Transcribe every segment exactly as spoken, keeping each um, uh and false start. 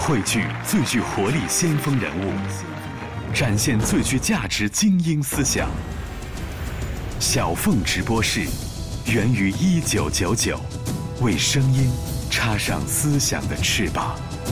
汇聚最具活力先锋人物，展现最具价值精英思想。小凤直播室源于一九九九，为声音插上思想的翅膀。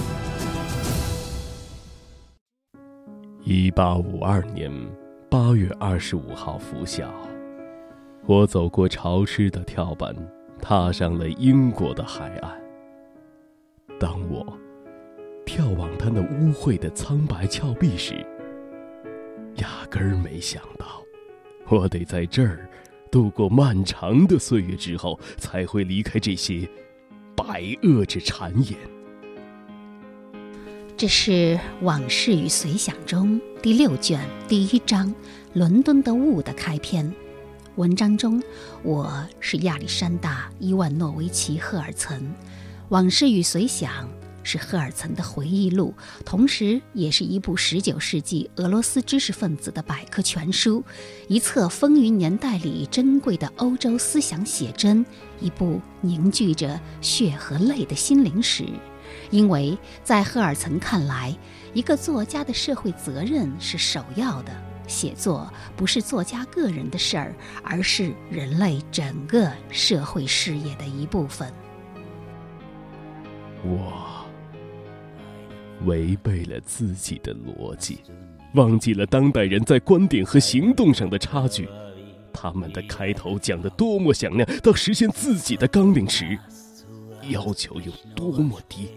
一八五二年八月二十五号拂晓，我走过潮湿的跳板，踏上了英国的海岸。当我眺望它那污秽的苍白峭壁时，压根儿没想到，我得在这儿度过漫长的岁月之后，才会离开这些百恶之谗言。 这是《往事与随想》中第六卷第一章《伦敦的雾》的开篇。文章中，我是亚历山大·伊万诺维奇·赫尔岑，《往事与随想》是赫尔岑的回忆录，同时也是一部十九世纪俄罗斯知识分子的百科全书，一册风云年代里珍贵的欧洲思想写真，一部凝聚着血和泪的心灵史。因为在赫尔岑看来，一个作家的社会责任是首要的，写作不是作家个人的事儿，而是人类整个社会事业的一部分。 我违背了自己的逻辑，忘记了当代人在观点和行动上的差距。他们的开头讲得多么响亮，到实现自己的纲领时，要求有多么低。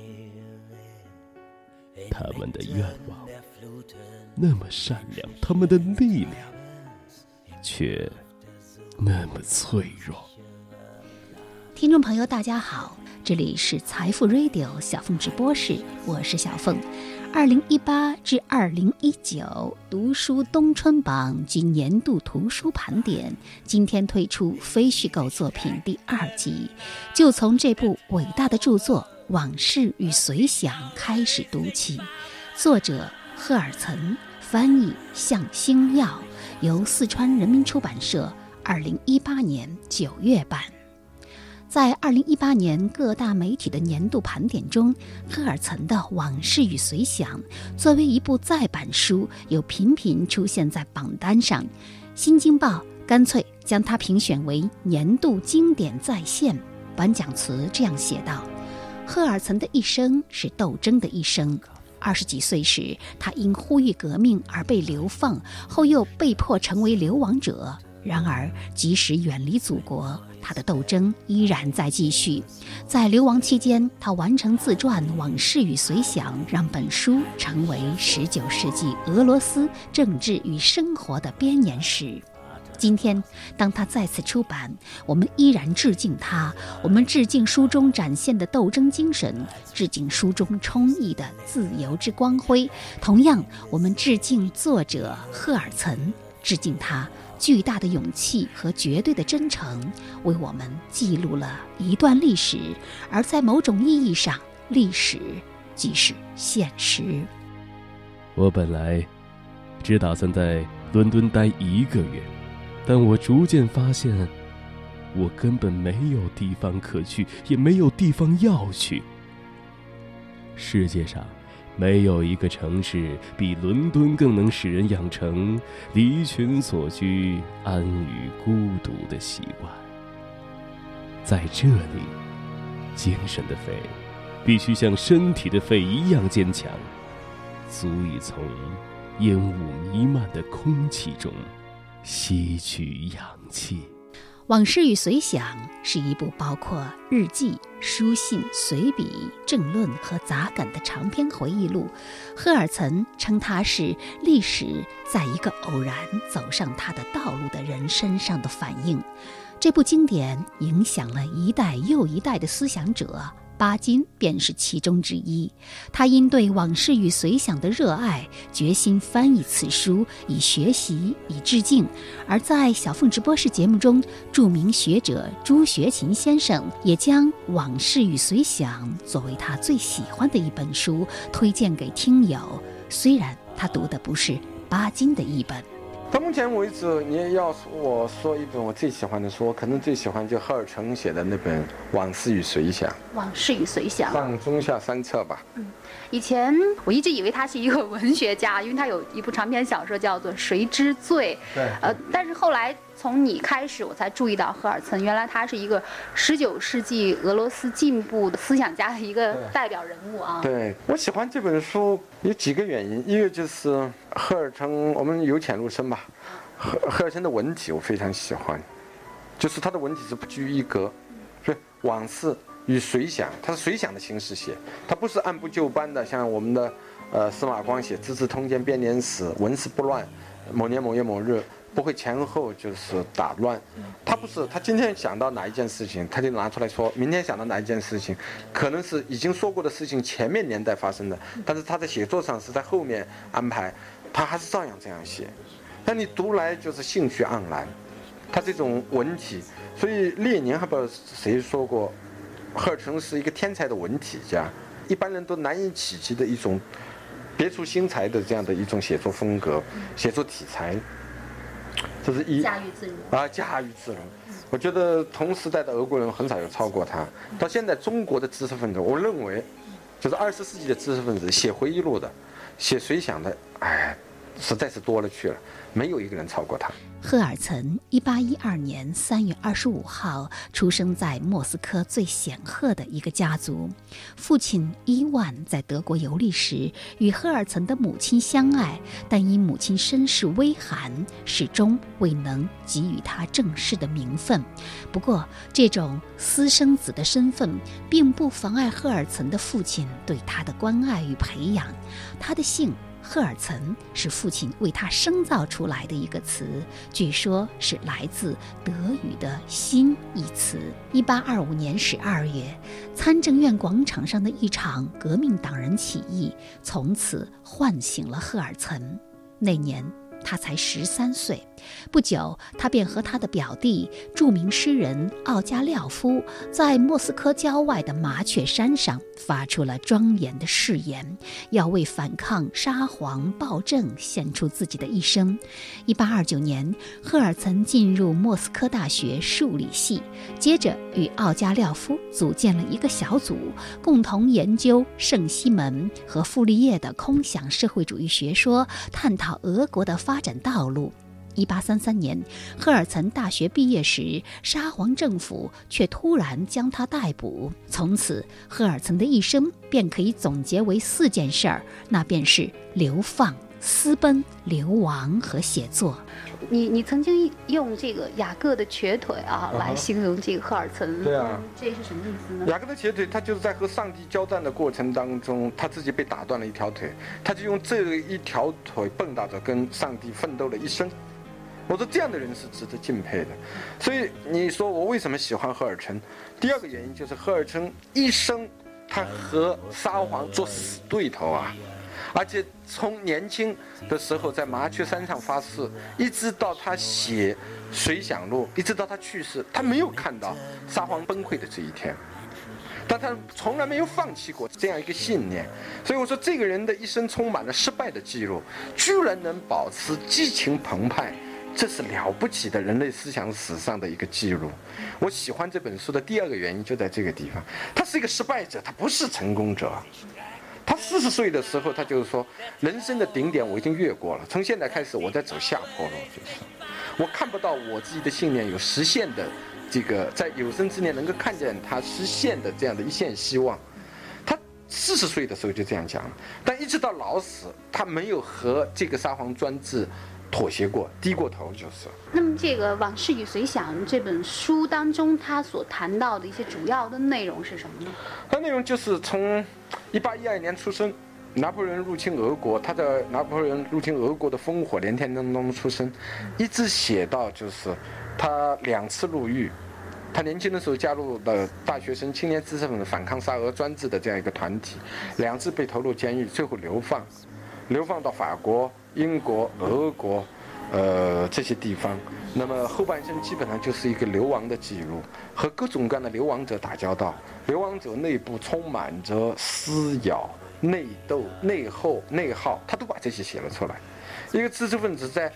他们的愿望那么善良，他们的力量却那么脆弱。 听众朋友大家好，这里是财富 Radio 小凤直播室，我是小凤。二零一八至二零一九读书冬春榜及年度图书盘点，今天推出非虚构作品第二集，就从这部伟大的著作《往事与随想》开始读起。作者赫尔岑，翻译向星耀，由四川人民出版社二零一八年九月版。在二零一八年各大媒体的年度盘点中，赫尔岑的《往事与随想》作为一部再版书，又频频出现在榜单上。新京报干脆将它评选为年度经典再现。颁奖词这样写道：赫尔岑的一生是斗争的一生。二十几岁时，他因呼吁革命而被流放，后又被迫成为流亡者。然而，即使远离祖国，他的斗争依然在继续。在流亡期间，他完成自传《往事与随想》，让本书成为十九世纪俄罗斯政治与生活的编年史。今天，当他再次出版，我们依然致敬他，我们致敬书中展现的斗争精神，致敬书中充溢的自由之光辉。同样，我们致敬作者赫尔岑，致敬他巨大的勇气和绝对的真诚，为我们记录了一段历史，而在某种意义上，历史即是现实。 我本来只打算在伦敦待一个月，但我逐渐发现，我根本没有地方可去，也没有地方要去。世界上没有一个城市比伦敦更能使人养成离群所居、安于孤独的习惯。在这里，精神的肺必须像身体的肺一样坚强，足以从烟雾弥漫的空气中吸取氧气。 往事与随想是一部包括日记、书信、随笔、政论和杂感的长篇回忆录。赫尔岑称它是历史在一个偶然走上他的道路的人身上的反应。这部经典影响了一代又一代的思想者，巴金便是其中之一。他因对往事与随想的热爱，决心翻译此书，以学习，以致敬。而在小凤直播室节目中，著名学者朱学勤先生也将往事与随想作为他最喜欢的一本书推荐给听友，虽然他读的不是巴金的译本。 从目前为止，你也要说我说一本我最喜欢的书，我可能最喜欢就赫尔岑写的那本《往事与随想》。 往事与随想， 上中下三册吧。 嗯，以前我一直以为他是一个文学家，因为他有一部长篇小说叫做《谁之罪》。 对。 呃，但是后来从你开始，我才注意到赫尔岑原来他是一个十九世纪俄罗斯进步的思想家的一个代表人物啊。 对，我喜欢这本书有几个原因，一个就是赫尔岑，我们由浅入深吧。赫赫尔岑的文体我非常喜欢，就是他的文体是不拘一格，所以往事与随想，他是随想的形式写，他不是按部就班的，像我们的呃司马光写《资治通鉴》编年史，文史不乱，某年某月某日不会前后就是打乱，他不是，他今天想到哪一件事情，他就拿出来说，明天想到哪一件事情，可能是已经说过的事情，前面年代发生的，但是他在写作上是在后面安排，他还是照样这样写。但你读来就是兴趣盎然，他这种文体，所以列宁还不知道谁说过，赫尔岑是一个天才的文体家，一般人都难以企及的一种别出心裁的这样的一种写作风格、写作题材，这是一驾驭自如啊，驾驭自如。我觉得同时代的俄国人很少有超过他。到现在中国的知识分子，我认为就是二十世纪的知识分子写回忆录的、写随想的，哎，实在是多了去了。没有一个人超过他。 赫尔岑一八一二年三月二十五号出生在莫斯科最显赫的一个家族。父亲伊万在德国游历时与赫尔岑的母亲相爱，但因母亲身世微寒，始终未能给予他正式的名分。不过，这种私生子的身份并不妨碍赫尔岑的父亲对他的关爱与培养。他的姓赫尔岑是父亲为他生造出来的一个词，据说是来自德语的新一词。一八二五年十二月，参政院广场上的一场革命党人起义从此唤醒了赫尔岑。那年他才十三岁，不久他便和他的表弟著名诗人奥加廖夫在莫斯科郊外的麻雀山上发出了庄严的誓言，要为反抗沙皇暴政献出自己的一生。一八二九年，赫尔岑进入莫斯科大学数理系，接着与奥加廖夫组建了一个小组，共同研究圣西门和傅立叶的空想社会主义学说，探讨俄国的发展道路。一八三三年，赫尔岑大学毕业时，沙皇政府却突然将他逮捕。从此，赫尔岑的一生便可以总结为四件事儿，那便是流放、私奔、流亡和写作。你你曾经用这个雅各的瘸腿啊来形容这个赫尔岑， 对啊， 这是什么意思呢？ 雅各的瘸腿，他就是在和上帝交战的过程当中，他自己被打断了一条腿，他就用这一条腿蹦跶着跟上帝奋斗了一生。我说这样的人是值得敬佩的。所以你说我为什么喜欢赫尔岑？第二个原因就是赫尔岑一生他和沙皇做死对头啊，而且从年轻的时候在麻雀山上发誓，一直到他写《随想录》，一直到他去世，他没有看到沙皇崩溃的这一天，但他从来没有放弃过这样一个信念。所以我说这个人的一生充满了失败的记录，居然能保持激情澎湃，这是了不起的人类思想史上的一个记录。我喜欢这本书的第二个原因就在这个地方，他是一个失败者，他不是成功者。他四十岁的时候，他就是说，人生的顶点我已经越过了，从现在开始我在走下坡路，就是我看不到我自己的信念有实现的这个在有生之年能够看见它实现的这样的一线希望。他四十岁的时候就这样讲了，但一直到老死，他没有和这个沙皇专制妥协过，低过头就是。 那么这个《往事与随想》这本书当中，他所谈到的一些主要的内容是什么呢？ 它内容就是从一八一二年出生，拿破仑入侵俄国，他在拿破仑入侵俄国的烽火连天当中出生，一直写到就是他两次入狱。他年轻的时候加入了大学生青年知识分子反抗沙俄专制的这样一个团体，两次被投入监狱，最后流放，流放到法国、英国、俄国，呃这些地方。那么后半生基本上就是一个流亡的记录，和各种各样的流亡者打交道。流亡者内部充满着撕咬、内斗、内讧、内耗，他都把这些写了出来。一个知识分子在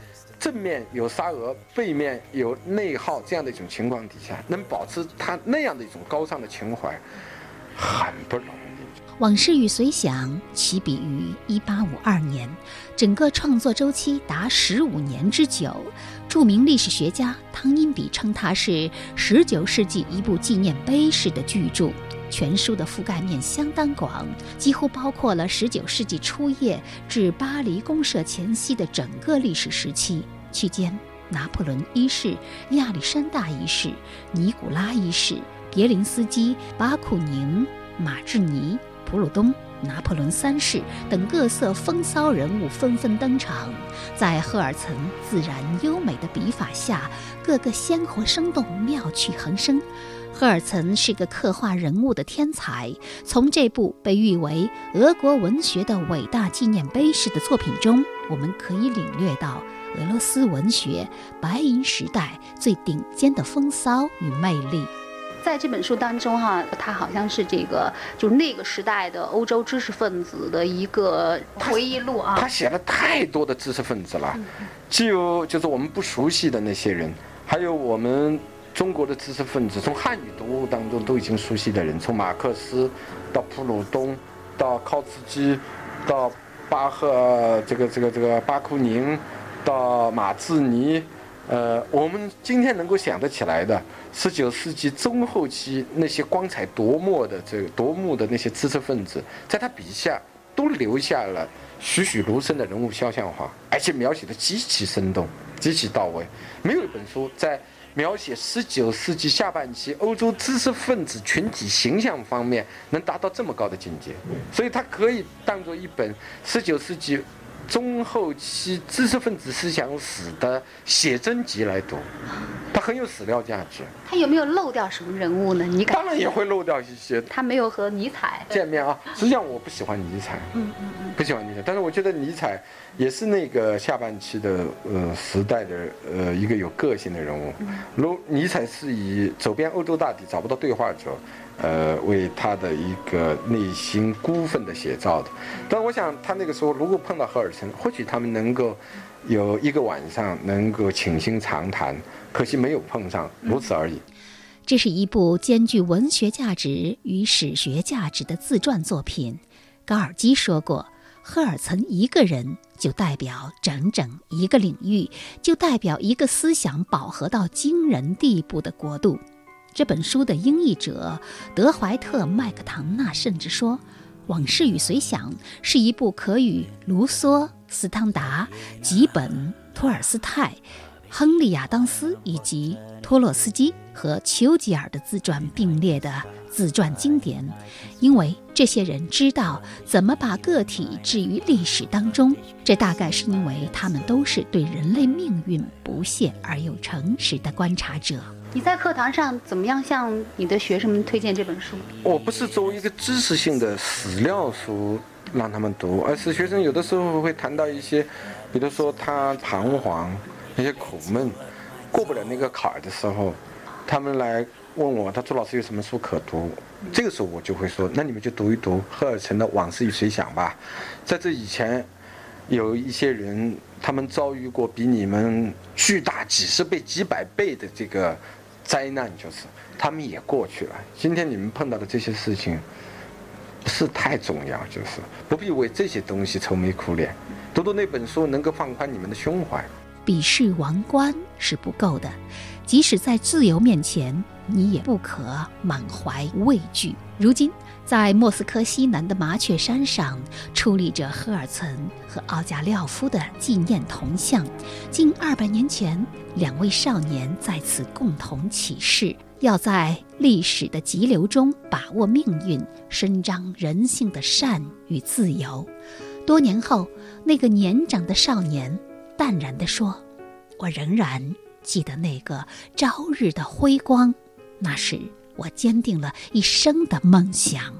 正面有沙俄，背面有内耗这样的一种情况底下，能保持他那样的一种高尚的情怀，很不容易。 往事与随想起笔于一八五二年，整个创作周期达十五年之久。著名历史学家汤因比称它是十九世纪一部纪念碑式的巨著。全书的覆盖面相当广，几乎包括了十九世纪初叶至巴黎公社前夕的整个历史时期。期间，拿破仑一世、亚历山大一世、尼古拉一世、别林斯基、巴库宁、马志尼、普鲁东、拿破仑三世等各色风骚人物纷纷登场，在赫尔岑自然优美的笔法下，个个鲜活生动，妙趣横生。赫尔岑是个刻画人物的天才，从这部被誉为俄国文学的伟大纪念碑式的作品中，我们可以领略到俄罗斯文学白银时代最顶尖的风骚与魅力。 在这本书当中哈，它好像是这个就是那个时代的欧洲知识分子的一个回忆录啊。 他写了太多的知识分子了，既有就是我们不熟悉的那些人，还有我们中国的知识分子，从汉语读物当中都已经熟悉的人，从马克思到普鲁东，到kau茨基，到巴赫这个这个这个巴库宁，到马志尼。呃，我们今天能够想得起来的十九世纪中后期那些光彩夺目的这个夺目的那些知识分子，在他笔下都留下了栩栩如生的人物肖像画，而且描写的极其生动，极其到位。没有一本书在描写十九世纪下半期欧洲知识分子群体形象方面能达到这么高的境界，所以它可以当作一本十九世纪中后期知识分子思想史的写真集来读，它很有史料价值。 他有没有漏掉什么人物呢？你当然也会漏掉一些。 他没有和尼采见面啊。实际上我不喜欢尼采， 嗯嗯嗯， 不喜欢尼采，但是我觉得尼采也是那个下半期的呃时代的呃一个有个性的人物。如尼采是以走遍欧洲大地找不到对话者，呃为他的一个内心孤愤的写照的。但我想他那个时候如果碰到赫尔岑，或许他们能够有一个晚上能够倾心长谈，可惜没有碰上，如此而已。 这是一部兼具文学价值与史学价值的自传作品。高尔基说过，赫尔岑一个人就代表整整一个领域，就代表一个思想饱和到惊人地步的国度。这本书的英译者德怀特·麦克唐纳甚至说，《往事与随想》是一部可与卢梭、斯汤达、吉本、托尔斯泰、亨利·亚当斯以及托洛斯基和丘吉尔的自传并列的自传经典，因为这些人知道怎么把个体置于历史当中，这大概是因为他们都是对人类命运不懈而又诚实的观察者。 你在课堂上怎么样向你的学生们推荐这本书？ 我不是作为一个知识性的史料书让他们读，而是学生有的时候会谈到一些，比如说他彷徨、那些苦闷、过不了那个坎儿的时候，他们来问我，他朱老师有什么书可读？这个时候我就会说，那你们就读一读赫尔岑的《往事与随想》吧。在这以前，有一些人，他们遭遇过比你们巨大几十倍、几百倍的这个灾难，就是他们也过去了。今天你们碰到的这些事情不是太重要，就是不必为这些东西愁眉苦脸。读读那本书，能够放宽你们的胸怀。 鄙视王冠是不够的，即使在自由面前，你也不可满怀畏惧。如今在莫斯科西南的麻雀山上矗立着赫尔岑和奥贾廖夫的纪念铜像。近二百年前，两位少年在此共同起誓，要在历史的急流中把握命运，伸张人性的善与自由。多年后，那个年长的少年淡然地说，我仍然记得那个朝日的辉光，那是我坚定了一生的梦想。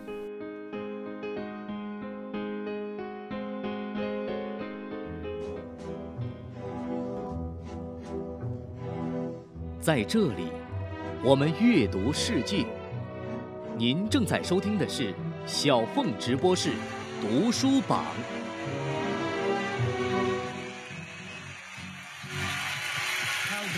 在这里，我们阅读世界。您正在收听的是小凤直播室读书榜。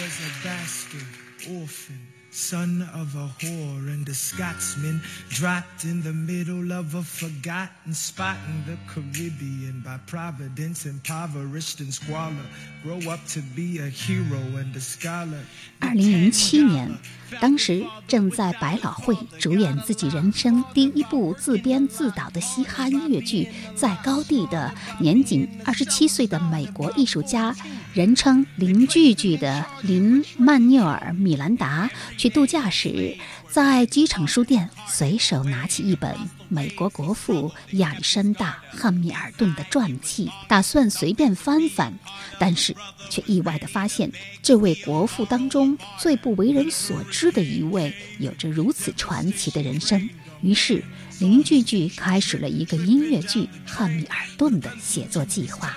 Son of a whore and a Scotsman, dropped in the middle of a forgotten spot in the Caribbean, by Providence impoverished and squalor, grow up to be a hero and a scholar. 二零零七年，当时正在百老汇主演自己人生第一部自编自导的嘻哈音乐剧《在高地》的年仅二十七岁的美国艺术家，人称林句句的林曼纽尔·米兰达去度假时，在机场书店随手拿起一本美国国父亚历山大·汉密尔顿的传记，打算随便翻翻，但是却意外地发现，这位国父当中最不为人所知的一位，有着如此传奇的人生。于是林句句开始了一个音乐剧《汉密尔顿》的写作计划。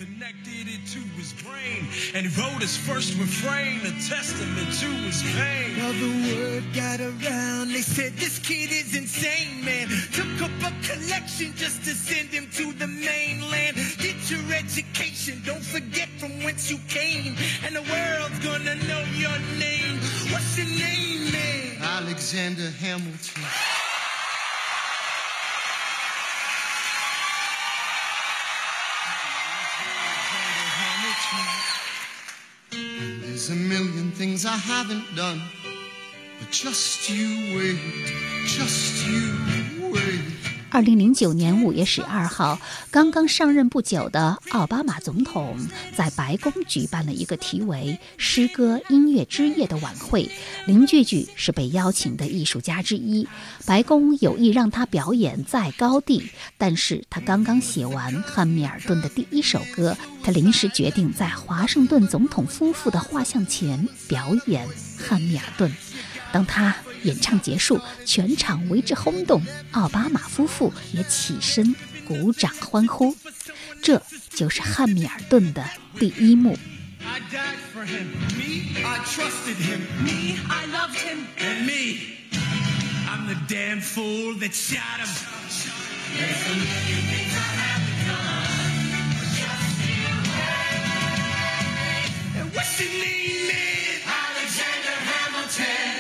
And he wrote his first refrain, a testament to his pain. Well, the word got around, they said this kid is insane, man. Took up a collection just to send him to the mainland. Get your education, don't forget from whence you came. And the world's gonna know your name. What's your name, man? Alexander Hamilton. There's a million things I haven't done, but just you wait, just you wait. 二零零九年五月十二号，刚刚上任不久的奥巴马总统在白宫举办了一个题为“诗歌音乐之夜”的晚会，林句句是被邀请的艺术家之一。白宫有意让他表演《在高地》，但是他刚刚写完汉密尔顿的第一首歌，他临时决定在华盛顿总统夫妇的画像前表演汉密尔顿。当他演唱结束，全场为之轰动，奥巴马夫妇也起身鼓掌欢呼。这就是汉密尔顿的第一幕。 I died for him. Me, I trusted him. Me, I loved him. And me, I'm the damn fool that shot him. There's a million things I haven't done, but just you wait. And what's your name, man? Alexander Hamilton.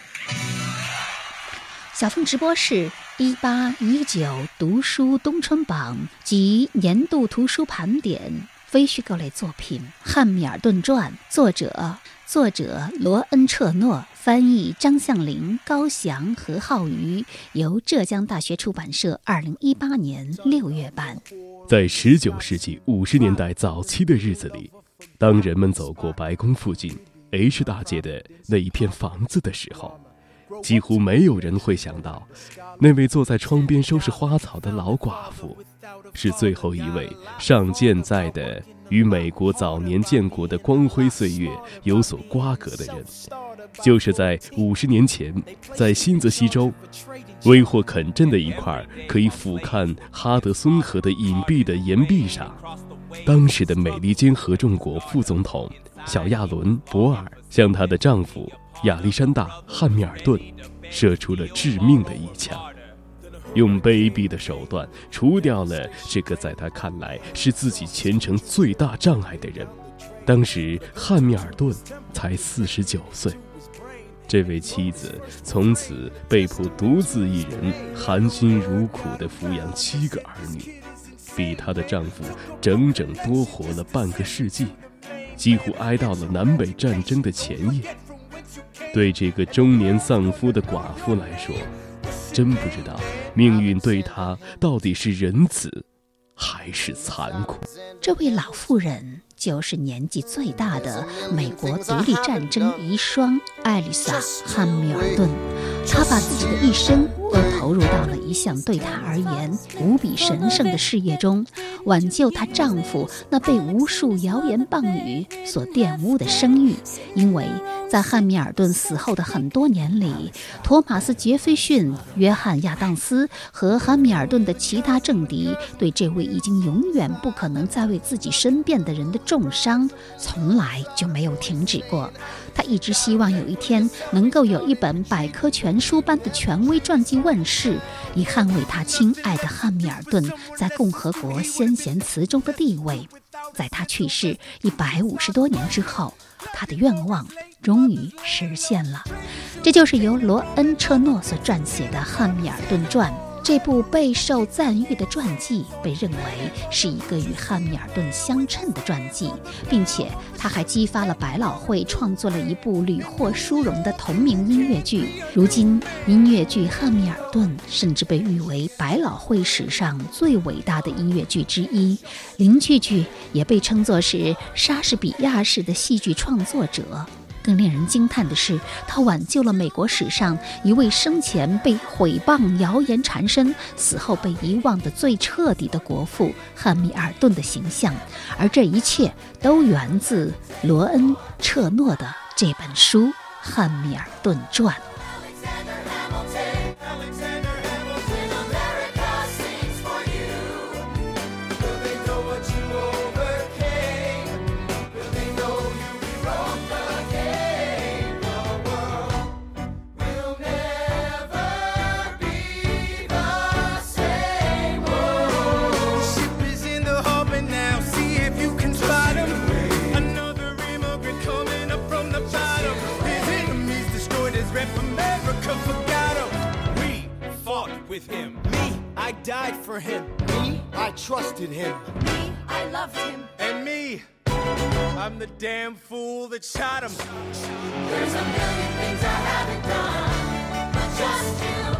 小凤直播室一八一九读书冬春榜及年度图书盘点非虚构类作品《汉密尔顿传》，作者作者罗恩·彻诺，翻译张向林、高翔、何浩瑜，由浙江大学出版社二零一八年六月版。 在十九世纪五十年代早期的日子里，当人们走过白宫附近 H 大街的那一片房子的时候，几乎没有人会想到，那位坐在窗边收拾花草的老寡妇，是最后一位尚健在的与美国早年建国的光辉岁月有所瓜葛的人。就是在五十年前，在新泽西州威霍肯镇的一块可以俯瞰哈德孙河的隐蔽的岩壁上，当时的美利坚合众国副总统小亚伦·博尔向她的丈夫亚历山大·汉密尔顿射出了致命的一枪，用卑鄙的手段除掉了这个在他看来是自己前程最大障碍的人。当时汉密尔顿才四十九岁，这位妻子从此被迫独自一人含辛茹苦地抚养七个儿女，比她的丈夫整整多活了半个世纪，几乎挨到了南北战争的前夜。对这个中年丧夫的寡妇来说，真不知道命运对她到底是仁慈还是残酷。 这位老妇人就是年纪最大的美国独立战争遗孀艾丽莎·汉密尔顿。她把自己的一生都投入到了一项对她而言无比神圣的事业中，挽救她丈夫那被无数谣言傍雨所玷污的声誉。因为在汉密尔顿死后的很多年里，托马斯·杰斐逊、约翰·亚当斯和汉密尔顿的其他政敌对这位已经永远不可能再为自己申辩的人的重伤从来就没有停止过。他一直希望有一天能够有一本百科全书般的权威传记问世，以捍卫他亲爱的汉密尔顿在共和国先贤祠中的地位。在他去世一百五十多年之后， 他的愿望终于实现了。这就是由罗恩·彻诺所撰写的《汉密尔顿传》。这部备受赞誉的传记被认为是一个与汉密尔顿相称的传记，并且他还激发了百老汇创作了一部屡获殊荣的同名音乐剧。如今，音乐剧《汉密尔顿》甚至被誉为百老汇史上最伟大的音乐剧之一。林句句也被称作是莎士比亚式的戏剧创作者。更令人惊叹的是，他挽救了美国史上一位生前被毁谤、谣言缠身，死后被遗忘的最彻底的国父汉密尔顿的形象，而这一切都源自罗恩·彻诺的这本书《汉密尔顿传》。 With him. Me, I died for him. Me, I trusted him. Me, I loved him. And me, I'm the damn fool that shot him. There's a million things I haven't done, but just to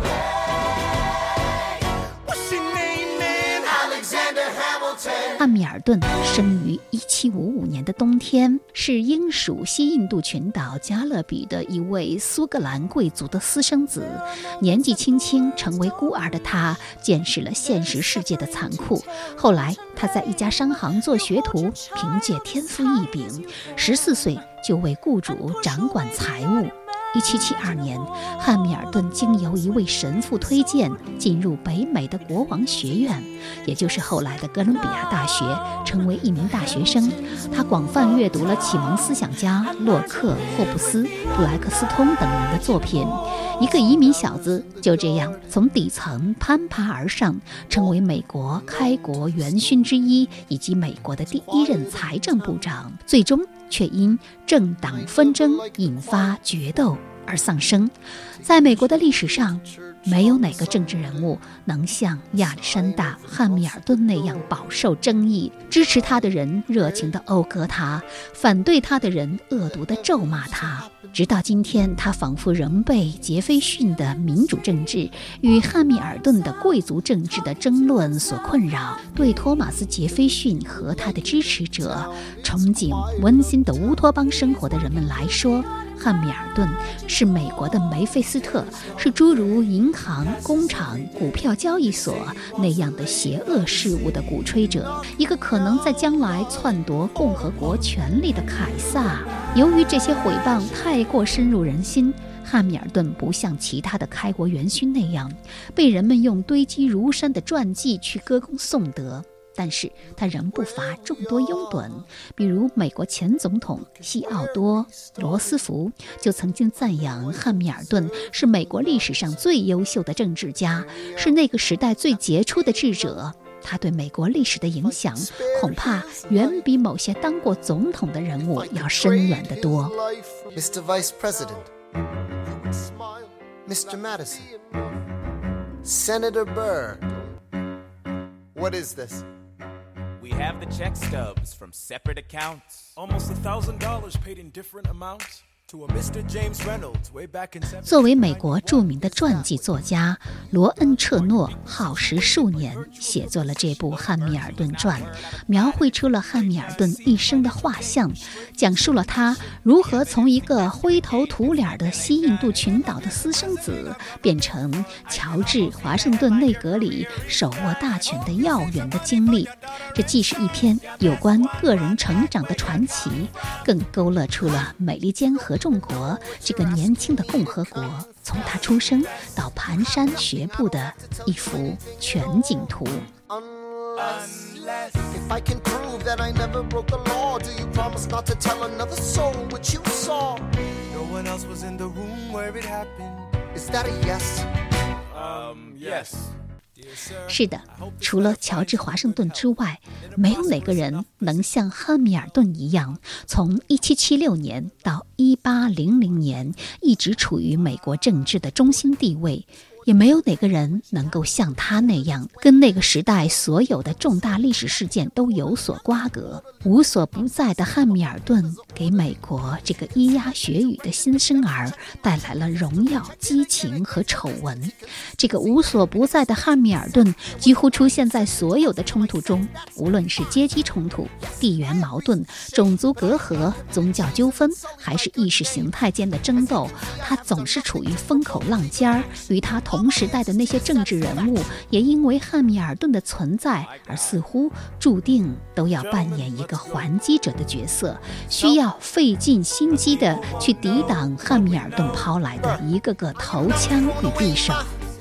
pay. What's your name, man? Alexander Hamilton. 汉密尔顿生于一七五五年的冬天，是英属西印度群岛加勒比的一位苏格兰贵族的私生子。年纪轻轻成为孤儿的他，见识了现实世界的残酷。后来，他在一家商行做学徒，凭借天赋异禀，十四岁就为雇主掌管财务。一七七二年，汉密尔顿经由一位神父推荐，进入北美的国王学院，也就是后来的哥伦比亚大学，成为一名大学生。他广泛阅读了启蒙思想家洛克、霍布斯、布莱克斯通等人的作品。一个移民小子就这样从底层攀爬而上，成为美国开国元勋之一，以及美国的第一任财政部长，最终却因政党纷争引发决斗而丧生。在美国的历史上，没有哪个政治人物能像亚历山大·汉密尔顿那样饱受争议，支持他的人热情地讴歌他，反对他的人恶毒地咒骂他。直到今天，他仿佛仍被杰斐逊的民主政治与汉密尔顿的贵族政治的争论所困扰。对托马斯·杰斐逊和他的支持者，憧憬温馨的乌托邦生活的人们来说，汉密尔顿是美国的梅菲斯特，是诸如银行、工厂、股票交易所那样的邪恶事物的鼓吹者，一个可能在将来篡夺共和国权力的凯撒。由于这些毁谤太过深入人心，汉密尔顿不像其他的开国元勋那样被人们用堆积如山的传记去歌功颂德，但是他仍不乏众多拥趸，比如美国前总统西奥多·罗斯福就曾经赞扬汉密尔顿是美国历史上最优秀的政治家，是那个时代最杰出的智者。他对美国历史的影响恐怕远比某些当过总统的人物要深远得多。 Mister Vice President, Mister Madison, Senator Burr, what is this? We have the check stubs from separate accounts. Almost a thousand dollars paid in different amounts to a Mister James Reynolds way back in seventeen ninety-nine. 作为美国著名的传记作家，罗恩·彻诺耗时数年写作了这部《汉密尔顿传》，描绘出了汉密尔顿一生的画像，讲述了他如何从一个灰头土脸的西印度群岛的私生子，变成乔治·华盛顿内阁里手握大权的要员的经历。这既是一篇有关个人成长的传奇，更勾勒出了美利坚合众国这个年轻的共和国从他出生到蹒跚学步的一幅全景图。 Unless, if I can prove that I never broke the law, do you promise not to tell another soul what you saw? No one else was in the room where it happened. Is that a yes? Um, yes. 是的，除了乔治·华盛顿之外，没有哪个人能像汉密尔顿一样，从一七七六年到一八零零年一直处于美国政治的中心地位。也没有哪个人能够像他那样，跟那个时代所有的重大历史事件都有所瓜葛。无所不在的汉密尔顿给美国这个咿呀学语的新生儿带来了荣耀、激情和丑闻。这个无所不在的汉密尔顿几乎出现在所有的冲突中，无论是阶级冲突、地缘矛盾、种族隔阂、宗教纠纷，还是意识形态间的争斗，他总是处于风口浪尖儿。与他同时代的那些政治人物也因为汉密尔顿的存在而似乎注定都要扮演一个还击者的角色，需要费尽心机的去抵挡汉密尔顿抛来的一个个头枪与匕首。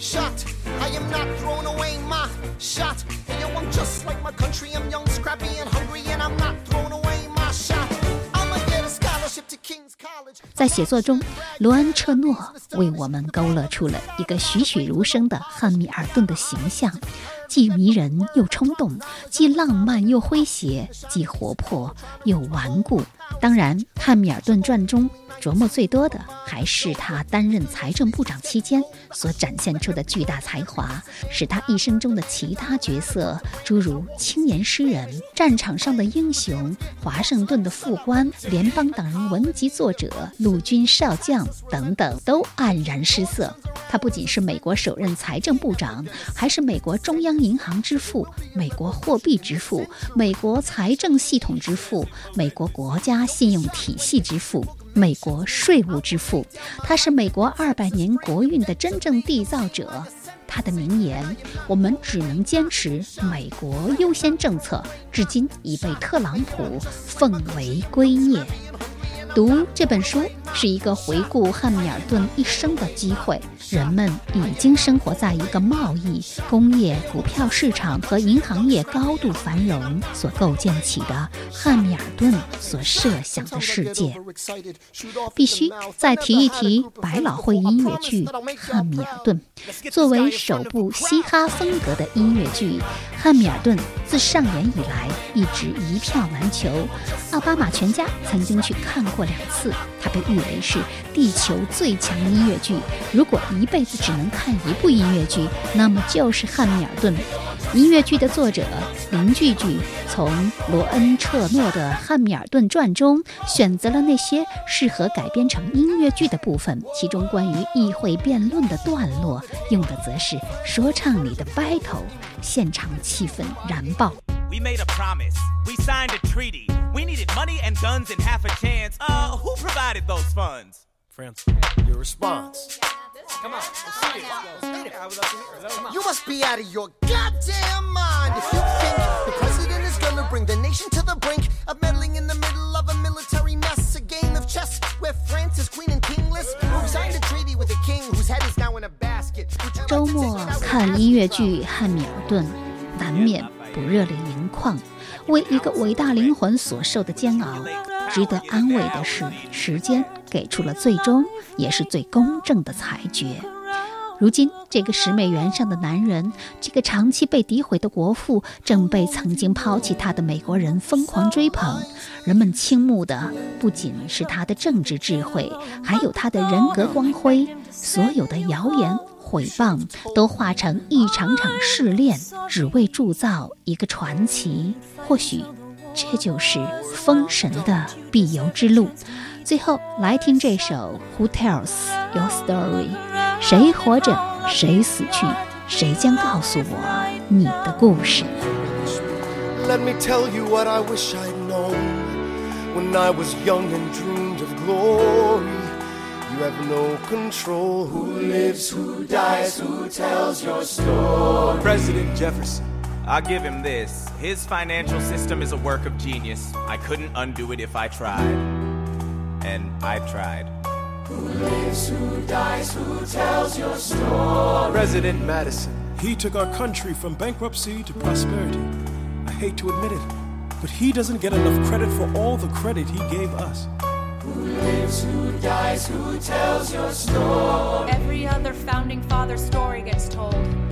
在写作中，罗恩·彻诺为我们勾勒出了一个栩栩如生的汉密尔顿的形象，既迷人又冲动，既浪漫又诙谐，既活泼又顽固。当然，汉密尔顿传中琢磨最多的还是他担任财政部长期间所展现出的巨大才华，使他一生中的其他角色，诸如青年诗人、战场上的英雄、华盛顿的副官、联邦党人文集作者、陆军少将等等，都黯然失色。他不仅是美国首任财政部长，还是美国中央银行之父、美国货币之父、美国财政系统之父、美国国家信用体系之父、美国税务之父。他是美国二百年国运的真正缔造者。他的名言“我们只能坚持美国优先政策”，至今已被特朗普奉为圭臬。读这本书是一个回顾汉密尔顿一生的机会。人们已经生活在一个贸易、工业、股票市场和银行业高度繁荣所构建起的汉密尔顿所设想的世界。必须再提一提百老汇音乐剧《汉密尔顿》。作为首部嘻哈风格的音乐剧，《汉密尔顿》自上演以来一直一票难求。奥巴马全家曾经去看过两次，它被誉为是地球最强音乐剧。如果一辈子只能看一部音乐剧，那么就是《汉密尔顿》。音乐剧的作者林句句从罗恩·彻诺的《汉密尔顿传》中选择了那些适合改编成音乐剧的部分，其中关于议会辩论的段落用的则是说唱里的 battle， 现场气氛燃爆。 We made a promise. We signed a treaty. We needed money and guns and half a chance. Uh, who provided those funds? France, your response. Come on, let's see it. I would love to hear it. You must be out of your goddamn mind if you think the president is gonna bring the nation to the brink of meddling in the middle of a military mess, a game of chess where France is queen and kingless. Who signed a treaty with a king whose head is now in a basket? 周末看音乐剧《汉密尔顿》，难免不热泪盈眶。为一个伟大灵魂所受的煎熬，值得安慰的是，时间给出了最终也是最公正的裁决。如今，这个十美元上的男人，这个长期被诋毁的国父，正被曾经抛弃他的美国人疯狂追捧。人们倾慕的不仅是他的政治智慧，还有他的人格光辉。所有的谣言毁谤都化成一场场试炼，只为铸造一个传奇。或许这就是封神的必由之路。最后来听这首 Who Tells Your Story， 谁活着谁死去，谁将告诉我你的故事。 Let me tell you what I wish I'd known when I was young and dreamed of glory. You have no control. Who lives, who dies, who tells your story? President Jefferson. I'll give him this. His financial system is a work of genius. I couldn't undo it if I tried. And I tried. Who lives, who dies, who tells your story? President Madison. He took our country from bankruptcy to prosperity. I hate to admit it, but he doesn't get enough credit for all the credit he gave us. Who lives, who dies, who tells your story? Every other founding father story gets told.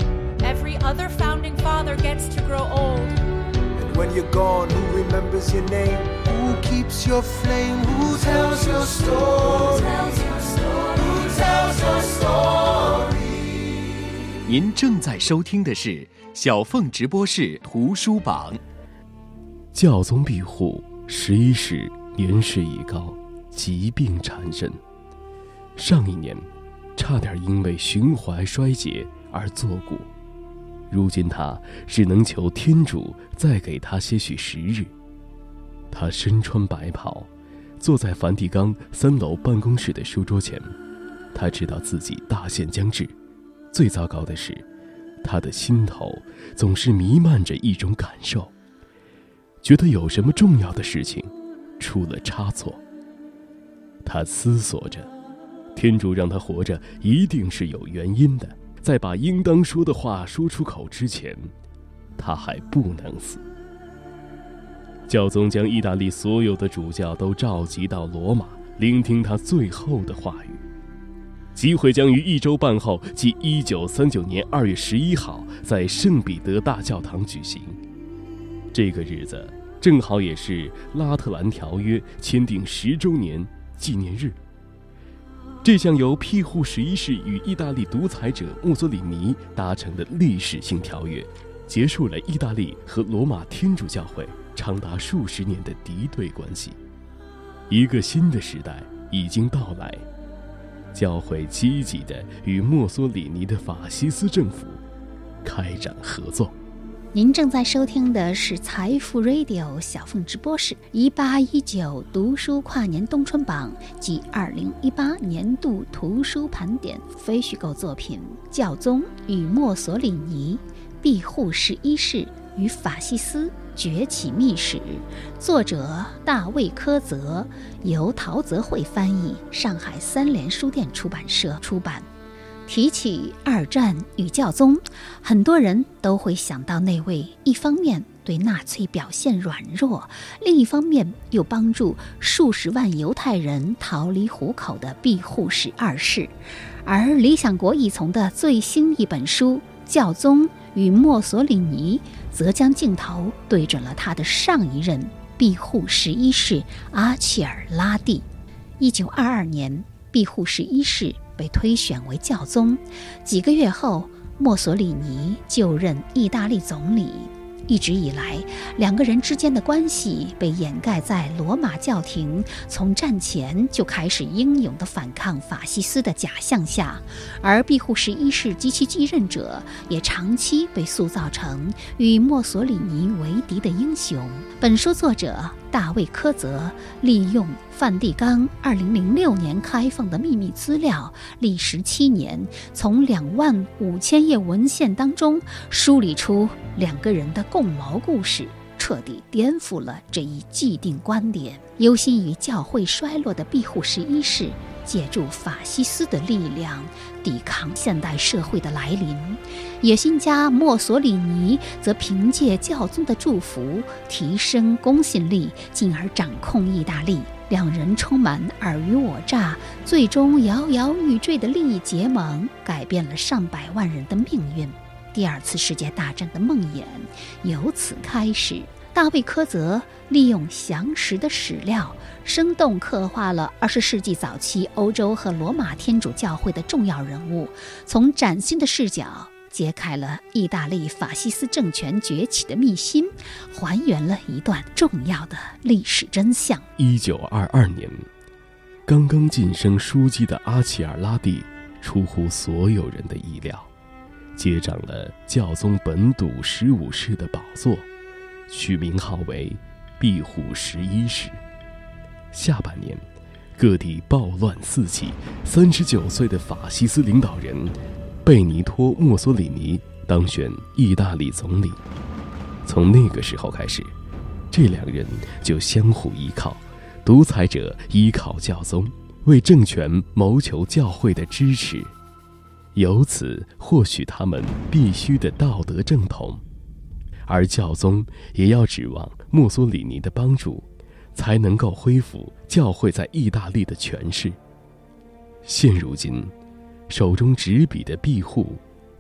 every other founding father gets to grow old. And when you're gone, who remembers your name? Who keeps your flame? Who tells your story? Who tells your story? Who tells your story? 您正在收听的是小凤直播室图书榜。 教宗庇护十一世年事已高，疾病缠身。上一年，差点因为循环衰竭而作古。如今他只能求天主再给他些许时日。他身穿白袍，坐在梵蒂冈三楼办公室的书桌前。他知道自己大限将至，最糟糕的是，他的心头总是弥漫着一种感受，觉得有什么重要的事情出了差错。他思索着，天主让他活着一定是有原因的，在把应当说的话说出口之前，他还不能死。教宗将意大利所有的主教都召集到罗马，聆听他最后的话语。集会将于一周半后，即一九三九年二月十一号，在圣彼得大教堂举行。这个日子正好也是拉特兰条约签订十周年纪念日。这项由庇护十一世与意大利独裁者墨索里尼达成的历史性条约，结束了意大利和罗马天主教会长达数十年的敌对关系。一个新的时代已经到来，教会积极地与墨索里尼的法西斯政府开展合作。 您正在收听的是财富 Radio 小凤直播室一八一九读书跨年冬春榜及二零一八年度图书盘点非虚构作品《教宗与墨索里尼：庇护十一世与法西斯崛起秘史》，作者大卫柯泽，由陶泽慧翻译，上海三联书店出版社出版。提起二战与教宗，很多人都会想到那位一方面对纳粹表现软弱，另一方面又帮助数十万犹太人逃离虎口的庇护十二世。而理想国一丛的最新一本书《教宗与墨索里尼》则将镜头对准了他的上一任庇护十一世阿切尔拉蒂。一九二二年，庇护十一世被推选为教宗，几个月后，墨索里尼就任意大利总理。一直以来，两个人之间的关系被掩盖在罗马教廷从战前就开始英勇地反抗法西斯的假象下，而庇护十一世及其继任者也长期被塑造成与墨索里尼为敌的英雄。本书作者大卫柯泽利用梵蒂冈二零零六年开放的秘密资料，历时七年，从两万五千页文献当中梳理出两个人的共谋故事，彻底颠覆了这一既定观点。忧心于教会衰落的庇护十一世，借助法西斯的力量抵抗现代社会的来临。野心家墨索里尼则凭借教宗的祝福提升公信力，进而掌控意大利。两人充满尔虞我诈，最终摇摇欲坠的利益结盟，改变了上百万人的命运。第二次世界大战的梦魇由此开始。大卫柯泽利用详实的史料，生动刻画了二十世纪早期欧洲和罗马天主教会的重要人物，从崭新的视角揭开了意大利法西斯政权崛起的秘辛，还原了一段重要的历史真相。 一九二二年，刚刚晋升枢机的阿齐尔拉蒂出乎所有人的意料，接掌了教宗本笃十五世的宝座，取名号为庇护十一世。下半年，各地暴乱四起，三十九岁的法西斯领导人贝尼托·墨索里尼当选意大利总理。从那个时候开始，这两人就相互依靠，独裁者依靠教宗，为政权谋求教会的支持，由此获取他们必须的道德正统。而教宗也要指望墨索里尼的帮助，才能够恢复教会在意大利的权势。现如今，手中执笔的庇护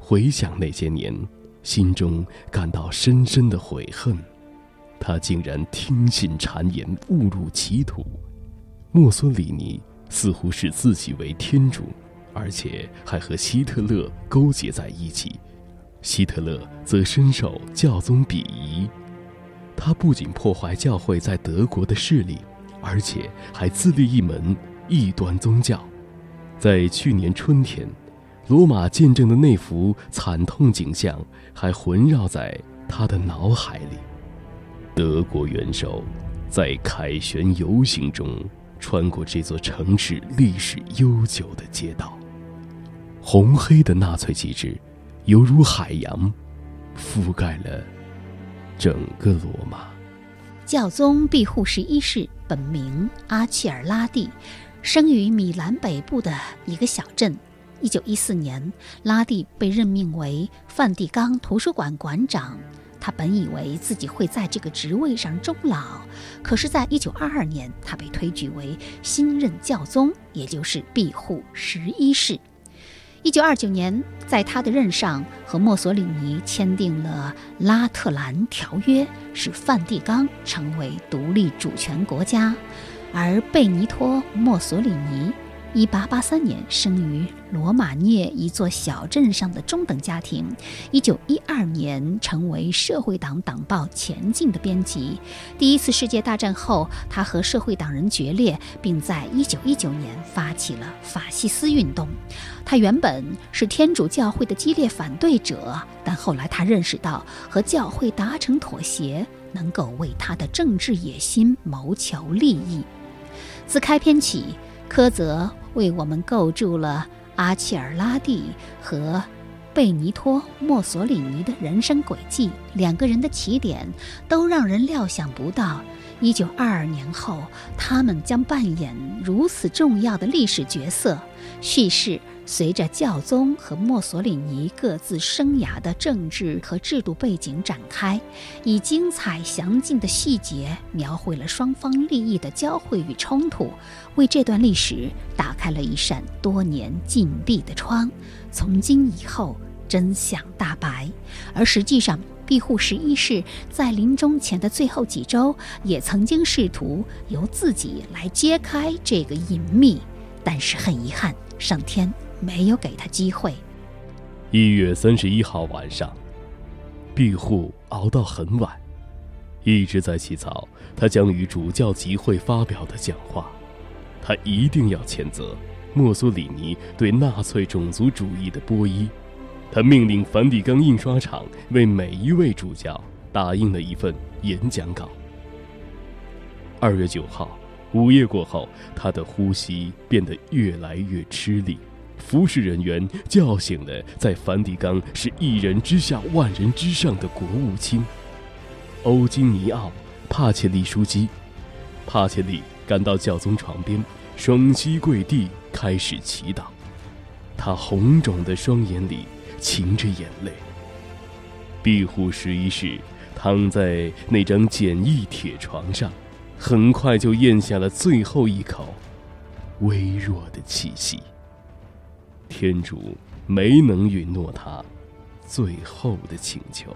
回想那些年，心中感到深深的悔恨。他竟然听信谗言，误入歧途。墨索里尼似乎视自己为天主，而且还和希特勒勾结在一起。希特勒则深受教宗鄙夷，他不仅破坏教会在德国的势力，而且还自立一门异端宗教。在去年春天，罗马见证的那幅惨痛景象还环绕在他的脑海里。德国元首在凯旋游行中穿过这座城市历史悠久的街道，红黑的纳粹旗帜犹如海洋，覆盖了整个罗马。 教宗庇护十一世本名阿切尔拉蒂，生于米兰北部的一个小镇。一九一四年，拉蒂被任命为梵蒂冈图书馆馆长。他本以为自己会在这个职位上终老，可是在一九二二年，他被推举为新任教宗，也就是庇护十一世。一九二九年，在他的任上，和墨索里尼签订了拉特兰条约，使梵蒂冈成为独立主权国家。而贝尼托·墨索里尼一八八三年生于罗马涅一座小镇上的中等家庭，一九一二年成为社会党党报《前进》的编辑。第一次世界大战后，他和社会党人决裂，并在一九一九年发起了法西斯运动。他原本是天主教会的激烈反对者，但后来他认识到和教会达成妥协，能够为他的政治野心谋求利益。自开篇起，柯泽为我们构筑了阿切尔拉蒂和贝尼托·墨索里尼的人生轨迹，两个人的起点都让人料想不到，一九二二年后，他们将扮演如此重要的历史角色。叙事随着教宗和墨索里尼各自生涯的政治和制度背景展开，以精彩详尽的细节描绘了双方利益的交汇与冲突，为这段历史打开了一扇多年禁闭的窗。从今以后，真相大白。而实际上，庇护十一世在临终前的最后几周，也曾经试图由自己来揭开这个隐秘，但是很遗憾，上天没有给他机会。 一月三十一号晚上，庇护熬到很晚，一直在起草他将于主教集会发表的讲话。他一定要谴责墨索里尼对纳粹种族主义的波衣。他命令梵蒂冈印刷厂为每一位主教打印了一份演讲稿。二月九号，午夜过后，他的呼吸变得越来越吃力。服侍人员叫醒了在梵蒂冈是一人之下万人之上的国务卿欧金尼奥·帕切利枢机。帕切利赶到教宗床边，双膝跪地，开始祈祷。他红肿的双眼里噙着眼泪。庇护十一世躺在那张简易铁床上，很快就咽下了最后一口微弱的气息。天主没能允诺他最后的请求。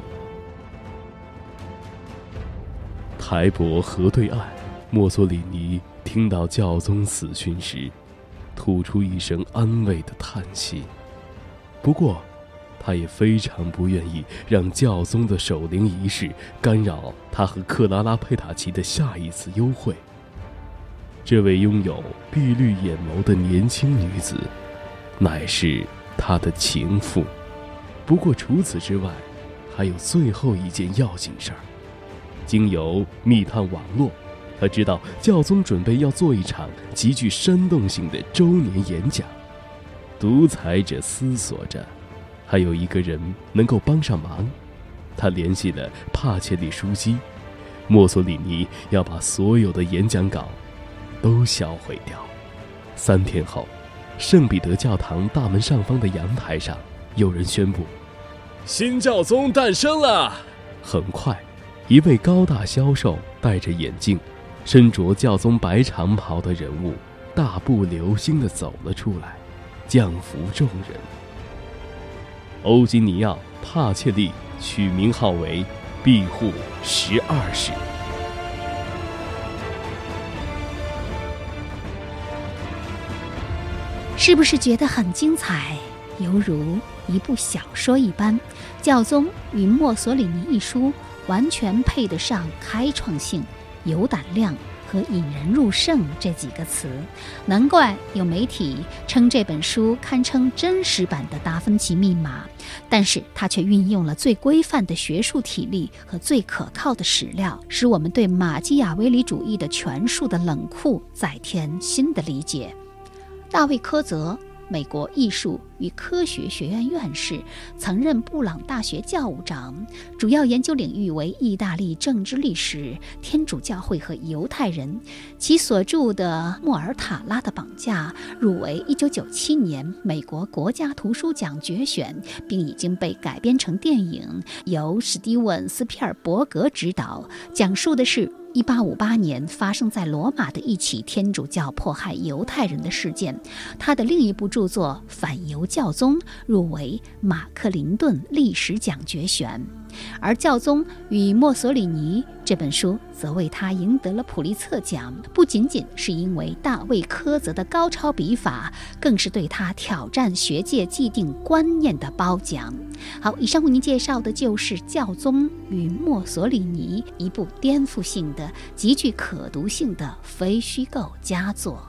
台伯河对岸，墨索里尼听到教宗死讯时，吐出一声安慰的叹息。不过他也非常不愿意让教宗的守灵仪式干扰他和克拉拉佩塔奇的下一次幽会。这位拥有碧绿眼眸的年轻女子乃是他的情妇。不过除此之外，还有最后一件要紧事儿。经由密探网络，他知道教宗准备要做一场极具煽动性的周年演讲。独裁者思索着，还有一个人能够帮上忙。他联系了帕切利枢机，墨索里尼要把所有的演讲稿都销毁掉。三天后，圣彼得教堂大门上方的阳台上，有人宣布新教宗诞生了。很快，一位高大消瘦、戴着眼镜、身着教宗白长袍的人物大步流星地走了出来，降服众人。 欧金尼奥·帕切利取名号为庇护十二世。 是不是觉得很精彩，犹如一部小说一般？教宗与墨索里尼一书完全配得上开创性、有胆量和引人入胜这几个词，难怪有媒体称这本书堪称真实版的达芬奇密码，但是它却运用了最规范的学术体例和最可靠的史料，使我们对马基雅维里主义的权术的冷酷再添新的理解。大卫·科泽，美国艺术与科学学院院士，曾任布朗大学教务长，主要研究领域为意大利政治历史、天主教会和犹太人。其所著的《莫尔塔拉的绑架》入围一九九七年美国国家图书奖决选，并已经被改编成电影，由史蒂文·斯皮尔伯格执导，讲述的是一八五八年发生在罗马的一起天主教迫害犹太人的事件。他的另一部著作《反犹教宗》入围马克林顿历史奖决选，而《教宗与墨索里尼》这本书则为他赢得了普利策奖，不仅仅是因为大卫·科泽的高超笔法，更是对他挑战学界既定观念的褒奖。好，以上为您介绍的就是《教宗与墨索里尼》，一部颠覆性的、极具可读性的非虚构佳作。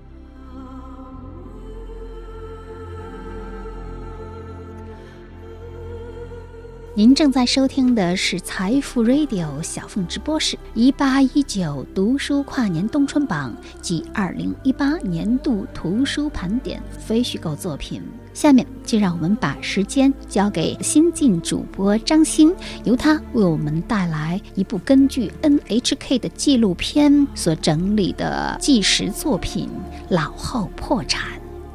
您正在收听的是财富 Radio 小凤直播室一八一九读书跨年冬春榜及二零一八年度图书盘点非虚构作品。下面就让我们把时间交给新晋主播张欣，由他为我们带来一部根据 N H K 的纪录片所整理的纪实作品《老后破产》。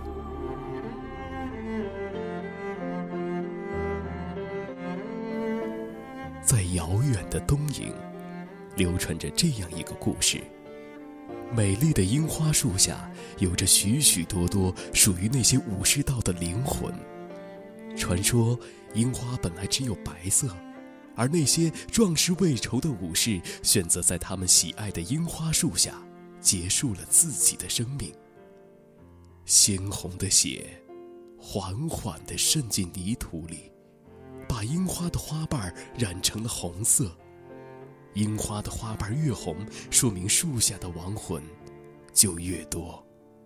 在遥远的东瀛，流传着这样一个故事：美丽的樱花树下，有着许许多多属于那些武士道的灵魂。传说樱花本来只有白色，而那些壮士未酬的武士选择在他们喜爱的樱花树下结束了自己的生命。鲜红的血缓缓地渗进泥土里，把樱花的花瓣染成了红色。樱花的花瓣越红，说明树下的亡魂就越多。